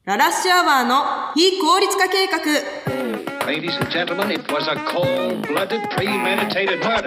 ララッシュアワーの非効率化計画。 Ladies and gentlemen, it was a cold-blooded, premeditated murder.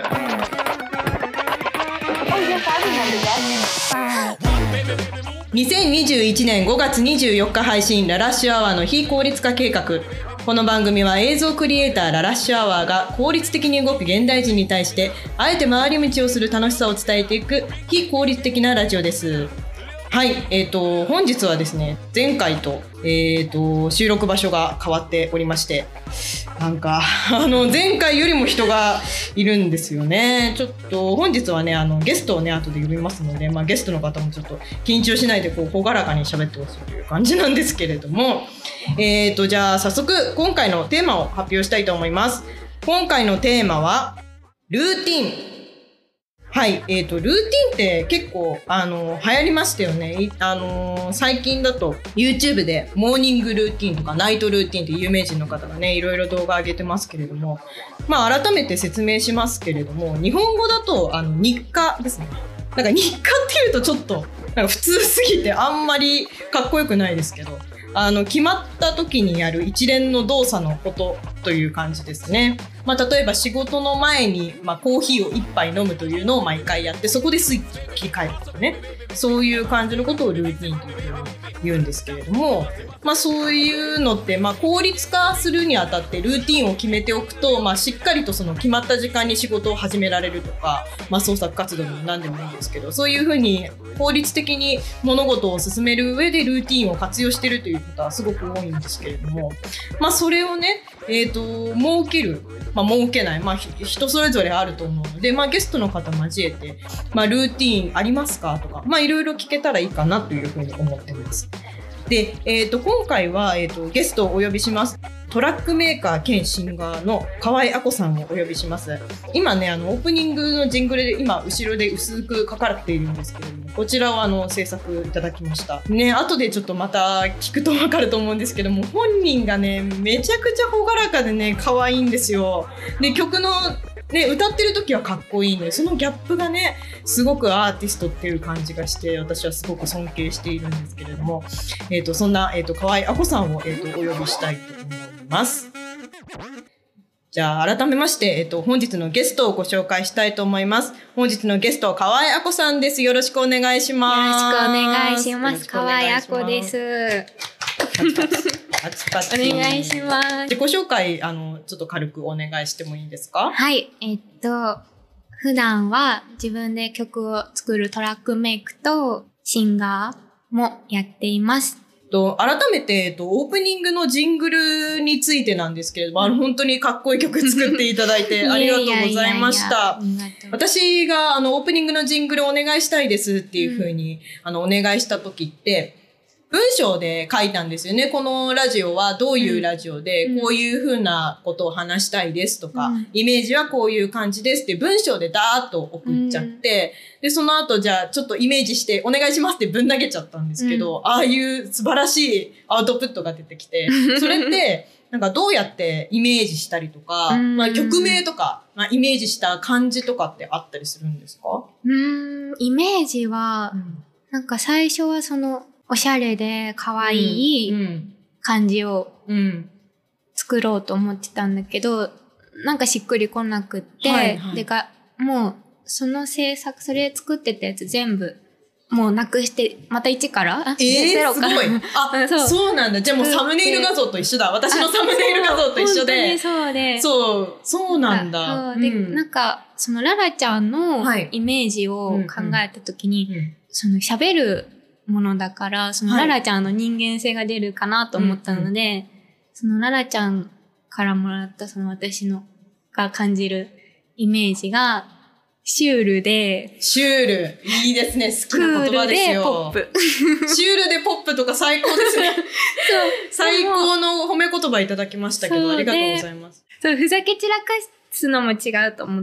Oh, yes, I remember that. 2021年5月24日配信、ララッシュアワーの非効率化計画。この番組は映像クリエイターララッシュアワーが効率的に動く現代人に対してあえて回り道をする楽しさを伝えていく非効率的なラジオです。はい、本日はですね、前回と、収録場所が変わっておりまして、なんか前回よりも人がいるんですよね。ちょっと本日はね、ゲストをね後で呼びますので、ゲストの方もちょっと緊張しないで朗らかに喋ってほしいという感じなんですけれども、じゃあ早速今回のテーマを発表したいと思います。今回のテーマはルーティン。はい、ルーティンって結構流行りましたよね。最近だと YouTube でモーニングルーティンとかナイトルーティンって有名人の方がねいろいろ動画上げてますけれども、改めて説明しますけれども、日本語だと日課ですね。なんか日課っていうとちょっとなんか普通すぎてあんまりかっこよくないですけど、決まった時にやる一連の動作のことという感じですね。例えば仕事の前に、コーヒーを一杯飲むというのを毎回やって、そこでスイッチ切り替えるとかね、そういう感じのことをルーティンというふうに言うんですけれども、そういうのって、効率化するにあたってルーティンを決めておくと、しっかりとその決まった時間に仕事を始められるとか、創作活動でも何でもいいんですけど、そういうふうに効率的に物事を進める上でルーティンを活用しているということはすごく多いんですけれども、それをね、設ける、設けない、人それぞれあると思うので、ゲストの方交えて、ルーティンありますかとか、いろいろ聞けたらいいかなというふうに思ってます。で、今回は、ゲストをお呼びします。トラックメーカー兼シンガーの河合亜子さんをお呼びします。今ね、オープニングのジングルで今後ろで薄く書かれているんですけれども、こちらを制作いただきましたね。後でちょっとまた聞くと分かると思うんですけども、本人がねめちゃくちゃ朗らかでね可愛いんですよ。で、曲のね、歌ってる時はかっこいいので、そのギャップがねすごくアーティストっていう感じがして、私はすごく尊敬しているんですけれども、そんな、河合亜子さんを、お呼びしたいと思います。じゃあ改めまして、本日のゲストをご紹介したいと思います。本日のゲストは河合亜子さんです。よろしくお願いします。 よろしくお願いします。河合亜子です。お願いします。 自己紹介、ちょっと軽くお願いしてもいいですか？ はい。普段は自分で曲を作るトラックメイクとシンガーもやっています。 改めて、オープニングのジングルについてなんですけれども、本当にかっこいい曲作っていただいてありがとうございました。私がオープニングのジングルお願いしたいですっていう風に、お願いした時って、文章で書いたんですよね。このラジオはどういうラジオで、こういう風なことを話したいですとか、イメージはこういう感じですって文章でダーッと送っちゃって、で、その後じゃあちょっとイメージしてお願いしますってぶん投げちゃったんですけど、ああいう素晴らしいアウトプットが出てきて、それってなんかどうやってイメージしたりとか、曲名とか、イメージした感じとかってあったりするんですか？ イメージは、なんか最初はそのおしゃれで可愛い感じを作ろうと思ってたんだけど、なんかしっくりこなくって、もうそれ作ってたやつ全部もうなくして、また一からゼロから。 すごい。そうなんだ。じゃあもうサムネイル画像と一緒だ。私のサムネイル画像と一緒で。そうなんだ。 で、なんか、そのララちゃんのイメージを考えたときに、その喋るものだから、そのララちゃんの人間性が出るかなと思ったので、そのララちゃんからもらったその私のが感じるイメージが、シュールで。 シュール。いいですね。好きな言葉ですよ。 クールでポップ。 シュールでポップとか最高ですね。最高の褒め言葉いただきましたけど、ありがとうございます。 ふざけ散らかすのも違うと思って、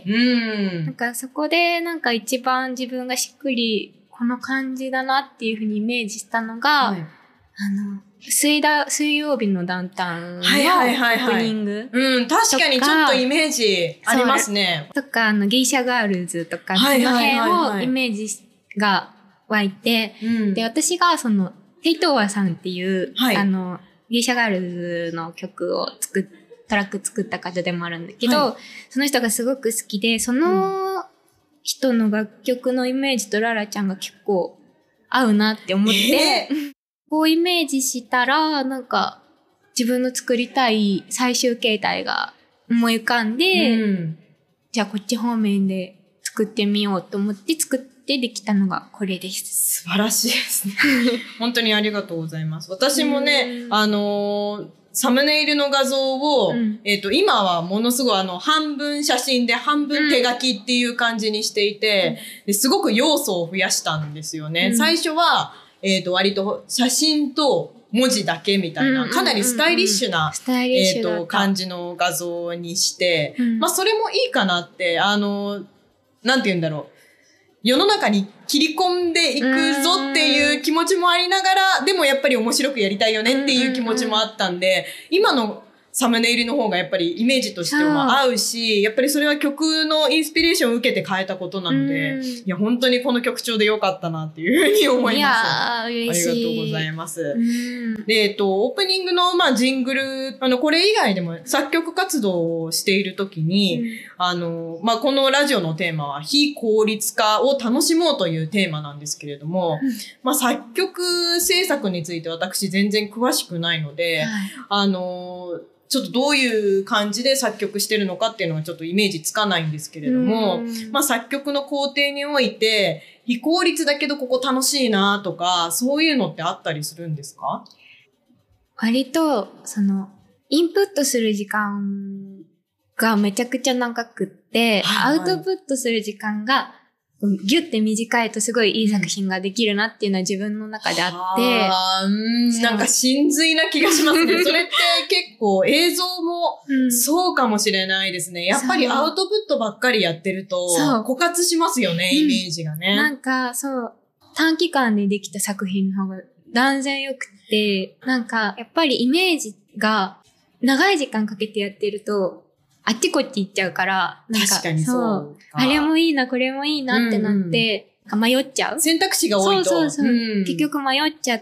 なんかそこでなんか一番自分がしっくりこの感じだなっていうふうにイメージしたのが、水曜日のダウンタウンのオープニング。 確かにちょっとイメージありますね。 とか、ゲイシャガールズとか、その辺をイメージが湧いて、で、私がその、 テイトーワさんっていう、 はい、 ギリシャガールズの曲をトラック作った方でもあるんだけど、はい、その人がすごく好きで、その人の楽曲のイメージとララちゃんが結構合うなって思って、こうイメージしたら、なんか自分の作りたい最終形態が思い浮かんで、じゃあこっち方面で作ってみようと思って作ってできたのがこれです。 素晴らしいですね。本当にありがとうございます。私もね、サムネイルの画像を、今はものすごい半分写真で半分手書きっていう感じにしていて、ですごく要素を増やしたんですよね。最初は、割と写真と文字だけみたいな、かなりスタイリッシュな、感じの画像にして、まあそれもいいかなって、なんて言うんだろう。世の中に切り込んでいくぞっていう気持ちもありながら、でもやっぱり面白くやりたいよねっていう気持ちもあったんで、今のサムネイルの方がやっぱりイメージとしても合うし、やっぱりそれは曲のインスピレーションを受けて変えたことなので、いや本当にこの曲調で良かったなっていうふうに思います。いや嬉しい。 ありがとうございます。で、オープニングのジングル、これ以外でも作曲活動をしているときに、このラジオのテーマは非効率化を楽しもうというテーマなんですけれども、作曲制作について私全然詳しくないので、ちょっとどういう感じで作曲してるのかっていうのはちょっとイメージつかないんですけれども、作曲の工程において、非効率だけどここ楽しいなとか、そういうのってあったりするんですか？ 割と、インプットする時間がめちゃくちゃ長くって、アウトプットする時間がギュッて短いとすごいいい作品ができるなっていうのは自分の中であって。 なんか真髄な気がしますね。それって結構映像もそうかもしれないですね。やっぱりアウトプットばっかりやってると枯渇しますよね、イメージがね。 なんか短期間でできた作品の方が断然良くて、なんかやっぱりイメージが長い時間かけてやってると、あっちこっち行っちゃうから、なんか、 確かにそうあれもいいな、これもいいなってなって、迷っちゃう。 選択肢が多いと。 結局迷っちゃって、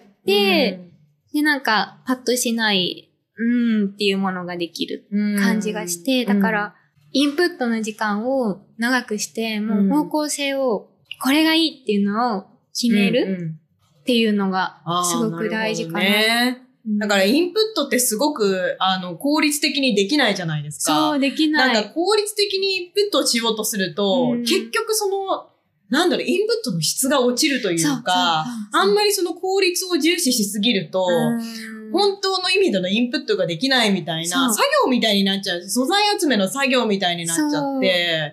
で、なんか、パッとしない、っていうものができる感じがして、だから、インプットの時間を長くして、もう方向性を、これがいいっていうのを決めるっていうのが、すごく大事かな。 だからインプットってすごく、効率的にできないじゃないですか。 そう、できない。 なんか効率的にインプットをしようとすると、結局インプットの質が落ちるというか、あんまり効率を重視しすぎると、本当の意味でのインプットができないみたいな、作業みたいになっちゃう。素材集めの作業みたいになっちゃって。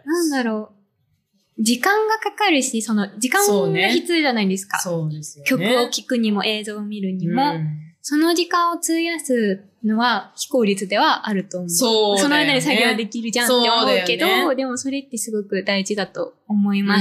なんだろう。時間がかかるし、時間が必要じゃないですか。 そうですよね。 曲を聴くにも映像を見るにも。その時間を費やすのは非効率ではあると思う。 そうだよね。 その間に作業できるじゃんって思うけど、でもそれってすごく大事だと思います。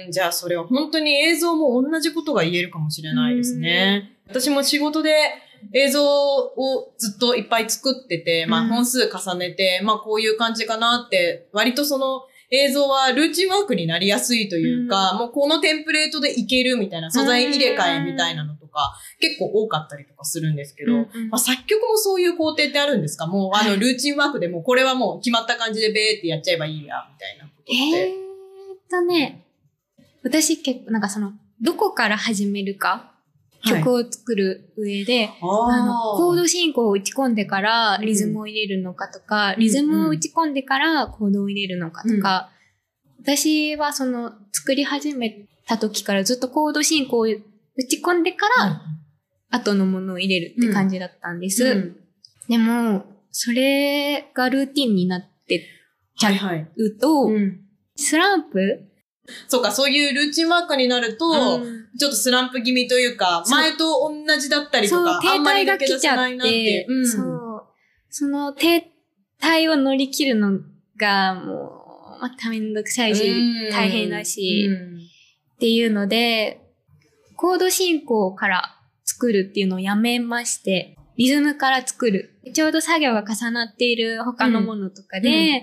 じゃあそれは本当に映像も同じことが言えるかもしれないですね。私も仕事で映像をずっといっぱい作ってて、本数重ねて、こういう感じかなって、割と映像はルーチンワークになりやすいというか、もうこのテンプレートでいけるみたいな、素材入れ替えみたいなのとか、結構多かったりとかするんですけど、作曲もそういう工程ってあるんですか？もうルーチンワークでもこれはもう決まった感じでベーってやっちゃえばいいや、みたいなことって。 私結構どこから始めるか、曲を作る上で、コード進行を打ち込んでからリズムを入れるのかとか、リズムを打ち込んでからコードを入れるのかとか、私は作り始めた時からずっとコード進行を打ち込んでから、後のものを入れるって感じだったんです。でも、それがルーティンになってちゃうと、スランプ？ そうか、そういうルーチンワークになると、ちょっとスランプ気味というか、前と同じだったりとか、あんまり抜け出せないなって。 その停滞を乗り切るのがもう、まためんどくさいし、大変だし、っていうので、コード進行から作るっていうのをやめまして、リズムから作る。ちょうど作業が重なっている他のものとかで、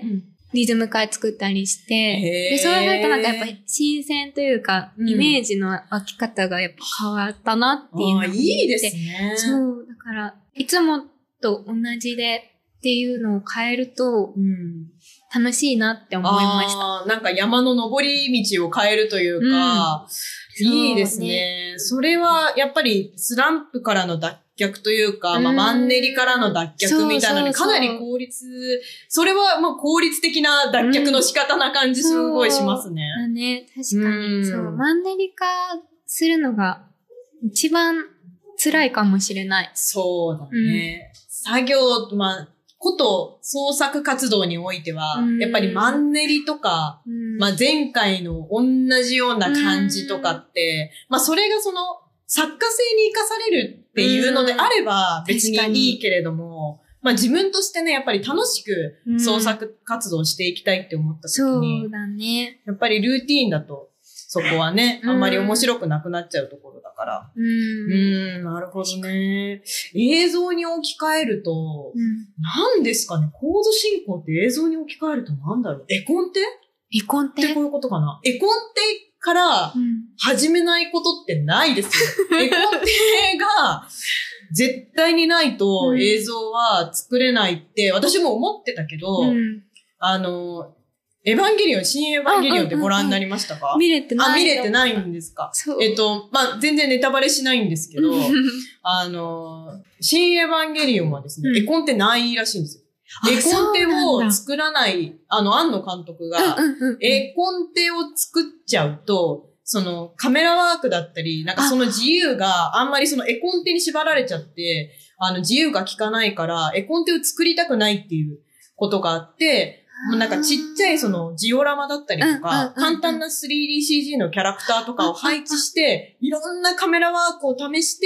リズムから作ったりして、で、そうするとなんかやっぱり新鮮というか、イメージの湧き方がやっぱ変わったなっていうのをいいですね。 そう、だから、いつもと同じでっていうのを変えると、楽しいなって思いました。 なんか山の登り道を変えるというか、いいですね。それはやっぱりスランプからの脱却というか、マンネリからの脱却みたいなので、かなり効率、それは効率的な脱却の仕方な感じすごいしますね。 だね、確かに。そう、マンネリ化するのが一番辛いかもしれない。 そうだね。作業、こと創作活動においては、やっぱりマンネリとか、前回の同じような感じとかって、それがその作家性に活かされるっていうのであれば別にいいけれども、自分としてね、やっぱり楽しく創作活動していきたいって思った時に、 そうだね。 やっぱりルーティーンだと、そこはね、あんまり面白くなくなっちゃうところだから。なるほどね。映像に置き換えると、何ですかね、コード進行って映像に置き換えると何だろう、絵コンテってこういうことかな。絵コンテから始めないことってないですよ。絵コンテが絶対にないと映像は作れないって私も思ってたけど、エヴァンゲリオン、新エヴァンゲリオンってご覧になりましたか？ 見れてない。 見れてないんですか？全然ネタバレしないんですけど、新エヴァンゲリオンはですね、絵コンテないらしいんですよ。絵コンテを作らない、庵野監督が、絵コンテを作っちゃうと、そのカメラワークだったり、なんかその自由があんまりその絵コンテに縛られちゃって、自由が効かないから、絵コンテを作りたくないっていうことがあって、なんかちっちゃいそのジオラマだったりとか、簡単な 3DCG のキャラクターとかを配置して、いろんなカメラワークを試して、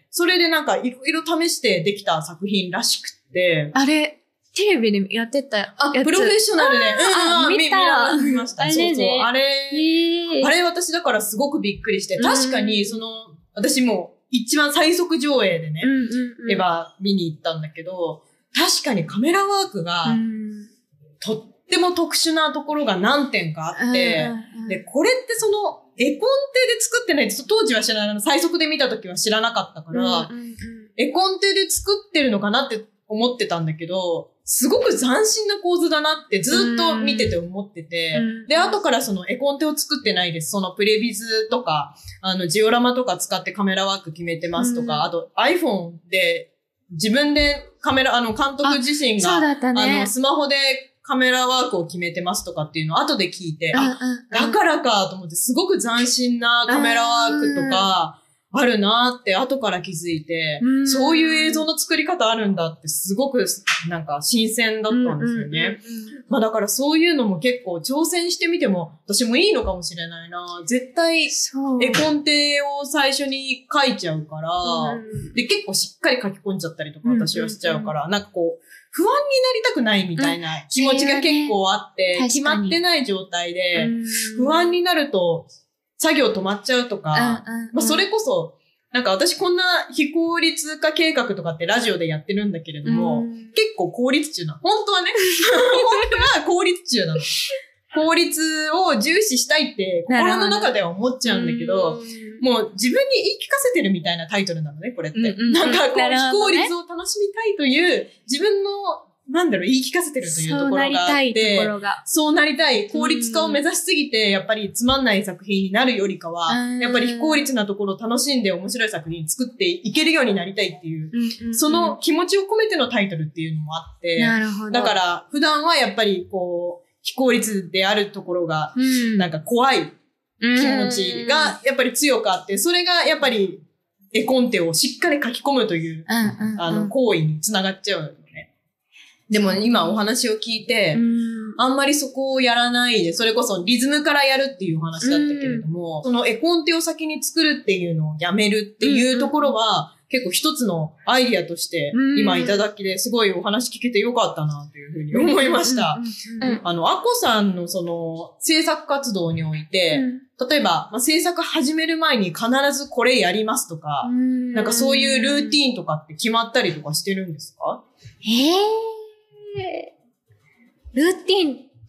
それでなんかいろいろ試してできた作品らしくって。 あれ、テレビでやってたやつ。 プロフェッショナルで。見ました。 あれね。 そう。あれ私だからすごくびっくりして、確かに私も一番最速上映でね、エヴァ見に行ったんだけど、確かにカメラワークが、とっても特殊なところが何点かあって、で、これってその、絵コンテで作ってないって、当時は知らない、最速で見た時は知らなかったから、絵コンテで作ってるのかなって思ってたんだけど、すごく斬新な構図だなってずっと見てて思ってて、で、後からその絵コンテを作ってないです。そのプレビズとか、ジオラマとか使ってカメラワーク決めてますとか、あと iPhone で自分で監督自身が、スマホでカメラワークを決めてますとかっていうのを後で聞いて、だからかと思って、すごく斬新なカメラワークとかあるなって後から気づいて、そういう映像の作り方あるんだってすごくなんか新鮮だったんですよね。だからそういうのも結構挑戦してみても私もいいのかもしれないな。絶対絵コンテを最初に書いちゃうから、で結構しっかり書き込んじゃったりとか私はしちゃうから、なんかこう、不安になりたくないみたいな気持ちが結構あって、決まってない状態で、不安になると作業止まっちゃうとか、それこそ、なんか私こんな非効率化計画とかってラジオでやってるんだけれども、結構効率中なの。本当はね、本当は効率中なの。効率を重視したいって心の中では思っちゃうんだけど、もう自分に言い聞かせてるみたいなタイトルなのね、これって。なんかこう、非効率を楽しみたいという、自分の、言い聞かせてるというところがあって、そうなりたい。効率化を目指しすぎて、やっぱりつまんない作品になるよりかは、やっぱり非効率なところを楽しんで面白い作品作っていけるようになりたいっていう、その気持ちを込めてのタイトルっていうのもあって、だから普段はやっぱりこう、非効率であるところが、なんか怖い気持ちがやっぱり強くあって、それがやっぱり絵コンテをしっかり書き込むという、行為につながっちゃうのね。でも今お話を聞いて、あんまりそこをやらないで、それこそリズムからやるっていうお話だったけれども、その絵コンテを先に作るっていうのをやめるっていうところは、結構一つのアイディアとして今いただきですごいお話聞けてよかったなというふうに思いました。アコさんのその制作活動において、例えば、制作始める前に必ずこれやりますとか、なんかそういうルーティーンとかって決まったりとかしてるんですか？ ルーティーン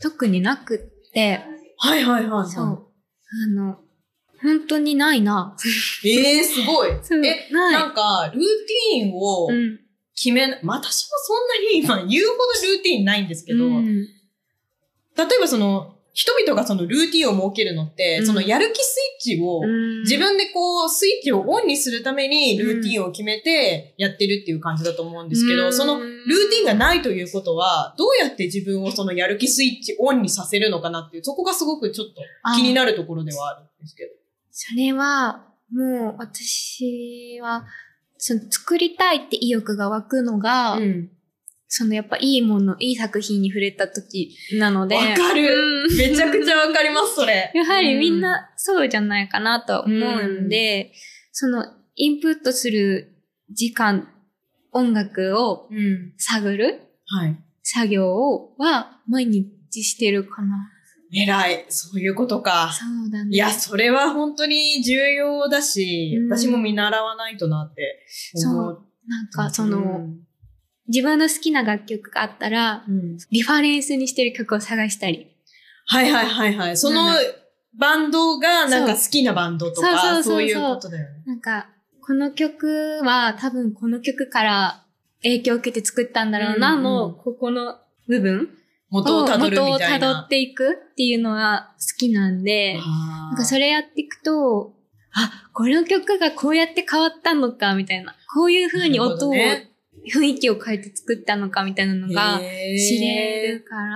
特になくって、 はいはいはい。 そう。本当にないな。 すごい。なんか、ルーティーンを決め、私もそんなに今言うほどルーティーンないんですけど、例えば人々がそのルーティンを設けるのって、そのやる気スイッチを、自分でこう、スイッチをオンにするためにルーティンを決めてやってるっていう感じだと思うんですけど、そのルーティンがないということは、どうやって自分をそのやる気スイッチオンにさせるのかなっていう、そこがすごくちょっと気になるところではあるんですけど。 それは、もう私は、作りたいって意欲が湧くのが、やっぱいいもの、いい作品に触れた時なので。 わかる、めちゃくちゃわかります、それ。 やはりみんなそうじゃないかなと思うんで、インプットする時間、音楽を探る、作業は毎日してるかな。 偉い。そういうことか。 そうだね。 いや、それは本当に重要だし、私も見習わないとなって思う。 なんか自分の好きな楽曲があったら、リファレンスにしてる曲を探したり。 はいはいはいはい。そのバンドがなんか好きなバンドとか、そういうことだよね。 なんか、この曲は多分この曲から影響を受けて作ったんだろうなここの部分元を辿るみたいな。 元を辿っていくっていうのが好きなんで、なんかそれやっていくと、この曲がこうやって変わったのかみたいな。こういう風に音を、雰囲気を変えて作ったのかみたいなのが知れるから、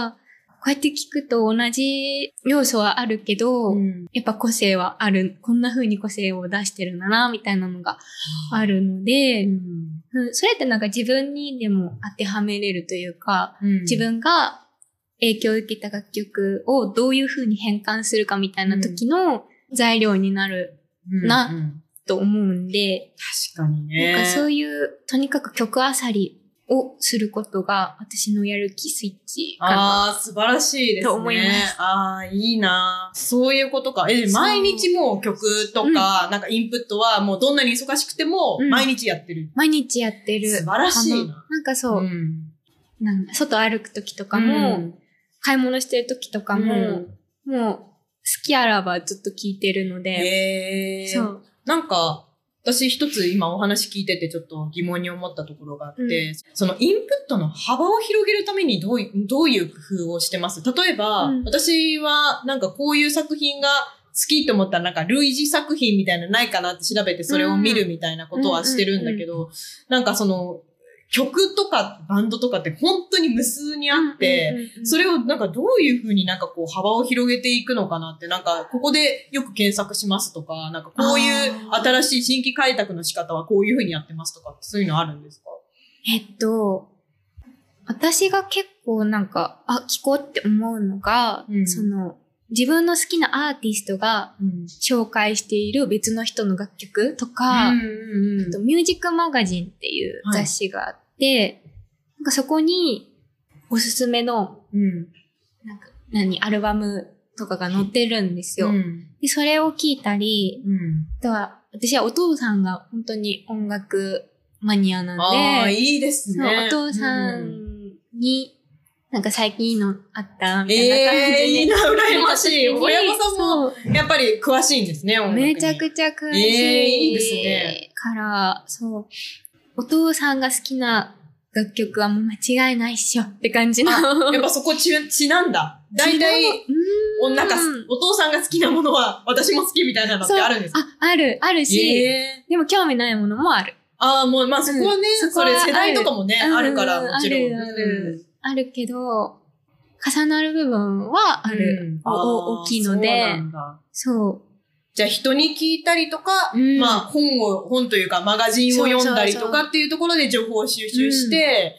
こうやって聞くと同じ要素はあるけど、やっぱ個性はある。こんな風に個性を出してるんだなみたいなのがあるので、それってなんか自分にでも当てはめれるというか、自分が影響を受けた楽曲をどういう風に変換するかみたいな時の材料になるな、と思うんで。 確かにね。 なんかそういう、とにかく曲あさりをすることが私のやる気スイッチかな。 素晴らしいですね。 と思います。いいな。そういうことか。毎日もう曲とか、なんかインプットはもうどんなに忙しくても毎日やってる。 毎日やってる。 素晴らしいな。 なんかそう、なんか外歩くときとかも、買い物してるときとかも、もう好きあらばずっと聴いてるので。そう。 なんか、私一つ今お話聞いててちょっと疑問に思ったところがあって、そのインプットの幅を広げるためにどういう工夫をしてます？例えば、私はなんかこういう作品が好きと思ったらなんか類似作品みたいなのないかなって調べてそれを見るみたいなことはしてるんだけど、なんか曲とかバンドとかって本当に無数にあって、それをなんかどういう風になんかこう幅を広げていくのかなって、なんかここでよく検索しますとか、なんかこういう新しい新規開拓の仕方はこういう風にやってますとかってそういうのあるんですか？ 私が結構なんか、聞こうって思うのが、自分の好きなアーティストが紹介している別の人の楽曲とか、ミュージックマガジンっていう雑誌があって、なんかそこにおすすめの、なんかアルバムとかが載ってるんですよ。でそれを聞いたり、あとは私はお父さんが本当に音楽マニアなんで、 いいですね。 お父さんに、なんか最近のあったみたいな感じで。 いいな、羨ましい。親御さんもやっぱり詳しいんですね、音楽に。 めちゃくちゃ詳しい。 いいですね。 から、お父さんが好きな楽曲はもう間違いないっしょって感じの。 やっぱそこちなんだ。大体、なんか、お父さんが好きなものは私も好きみたいなのってあるんですか？ あるし、でも興味ないものもある。 もう、そこはね、それ世代とかもね、あるから、もちろん。 あるけど、重なる部分はある。大きいので。そう。 じゃあ人に聞いたりとか、本というかマガジンを読んだりとかっていうところで情報収集して、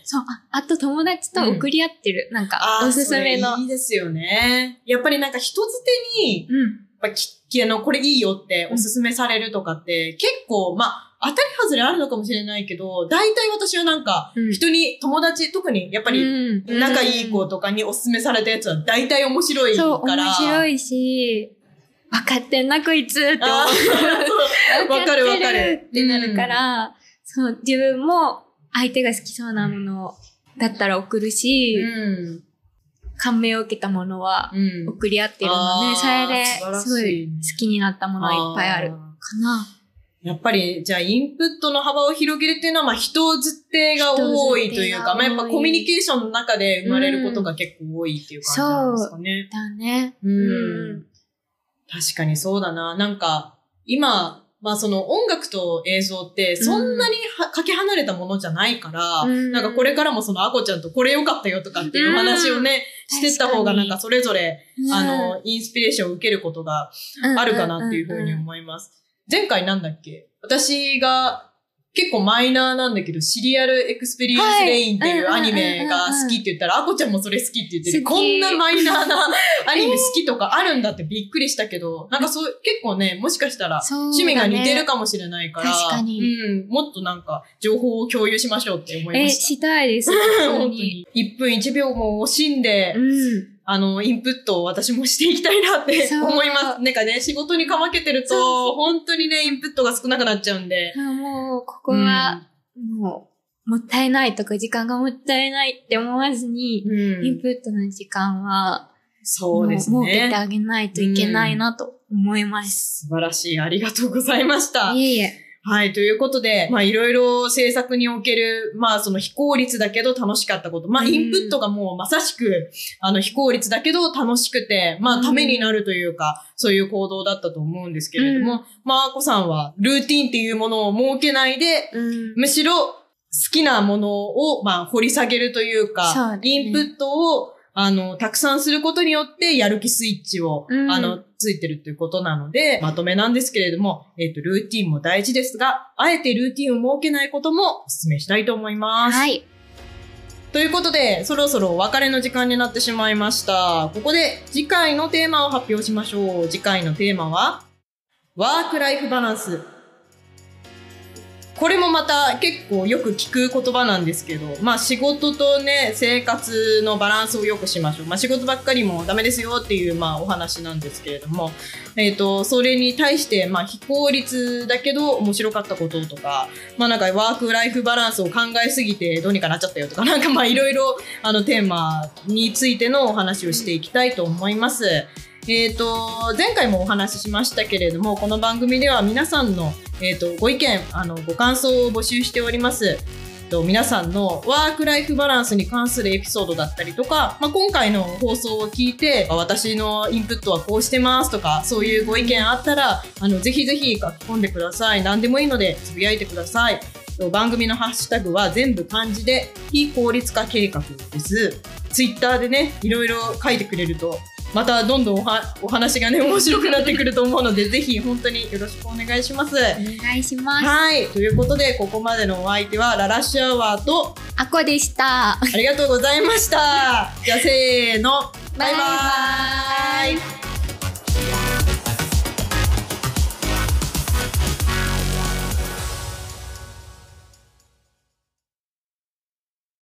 あと友達と送り合ってる。なんか、おすすめの。 いいですよね。やっぱりなんか人づてに、これいいよっておすすめされるとかって、結構、当たり外れあるのかもしれないけど、大体私はなんか、友達、特にやっぱり仲いい子とかにおすすめされたやつは大体面白いから。 そう、面白いし、分かってんなこいつって思う。 わかるわかる。 ってなるから、自分も相手が好きそうなものだったら送るし、 感銘を受けたものは送り合ってるので、それですごい好きになったものはいっぱいあるかな。 やっぱり、じゃあ、インプットの幅を広げるっていうのは、まあ、人づてが多いというか、まあ、やっぱコミュニケーションの中で生まれることが結構多いっていう感じなんですかね。 そうだね。 確かにそうだな。なんか、今、まあその音楽と映像ってそんなにかけ離れたものじゃないから、なんかこれからもそのあこちゃんとこれ良かったよとかっていう話をね、してった方がなんかそれぞれ、インスピレーションを受けることがあるかなっていうふうに思います。前回なんだっけ？私が結構マイナーなんだけど、シリアルエクスペリエンスレインっていうアニメが好きって言ったら、あこちゃんもそれ好きって言ってて、こんなマイナーなアニメ好きとかあるんだってびっくりしたけど、なんか結構ね、もしかしたら趣味が似てるかもしれないから、 確かに。 もっとなんか情報を共有しましょうって思いました。 したいです。 本当に。1分1秒も惜しんで、インプットを私もしていきたいなって思います。なんかね、仕事にかまけてると、本当にね、インプットが少なくなっちゃうんで。 もう、ここは、もったいないとか、時間がもったいないって思わずに、インプットの時間は、 そうですね。 設けてあげないといけないなと思います。 素晴らしい。ありがとうございました。 いえいえ。 はい。ということで、まあいろいろ制作における、まあその非効率だけど楽しかったこと。まあインプットがもうまさしく、非効率だけど楽しくて、まあためになるというか、そういう行動だったと思うんですけれども、まああこさんはルーティンっていうものを設けないで、むしろ好きなものをまあ掘り下げるというか、インプットをたくさんすることによってやる気スイッチを、ついてるということなので、まとめなんですけれども、ルーティンも大事ですが、あえてルーティンを設けないこともお勧めしたいと思います。 はい。 ということで、そろそろお別れの時間になってしまいました。ここで次回のテーマを発表しましょう。次回のテーマは、ワークライフバランス。これもまた結構よく聞く言葉なんですけど、まあ仕事とね、生活のバランスを良くしましょう。まあ仕事ばっかりもダメですよっていうまあお話なんですけれども、それに対してまあ非効率だけど面白かったこととか、まあなんかワークライフバランスを考えすぎてどうにかなっちゃったよとか、なんかまあいろいろテーマについてのお話をしていきたいと思います。前回もお話ししましたけれども、この番組では皆さんの、ご意見、ご感想を募集しております。皆さんのワークライフバランスに関するエピソードだったりとか、まあ、今回の放送を聞いて、私のインプットはこうしてますとか、そういうご意見あったら、ぜひぜひ書き込んでください。何でもいいので、つぶやいてください。番組のハッシュタグは全部漢字で、非効率化計画です。ツイッターでね、いろいろ書いてくれると、またどんどんお話がね面白くなってくると思うのでぜひ本当によろしくお願いします。お願いします。 はい、ということでここまでのお相手はララッシュアワーとあこでした。 ありがとうございました。じゃあせーの、バイバーイ。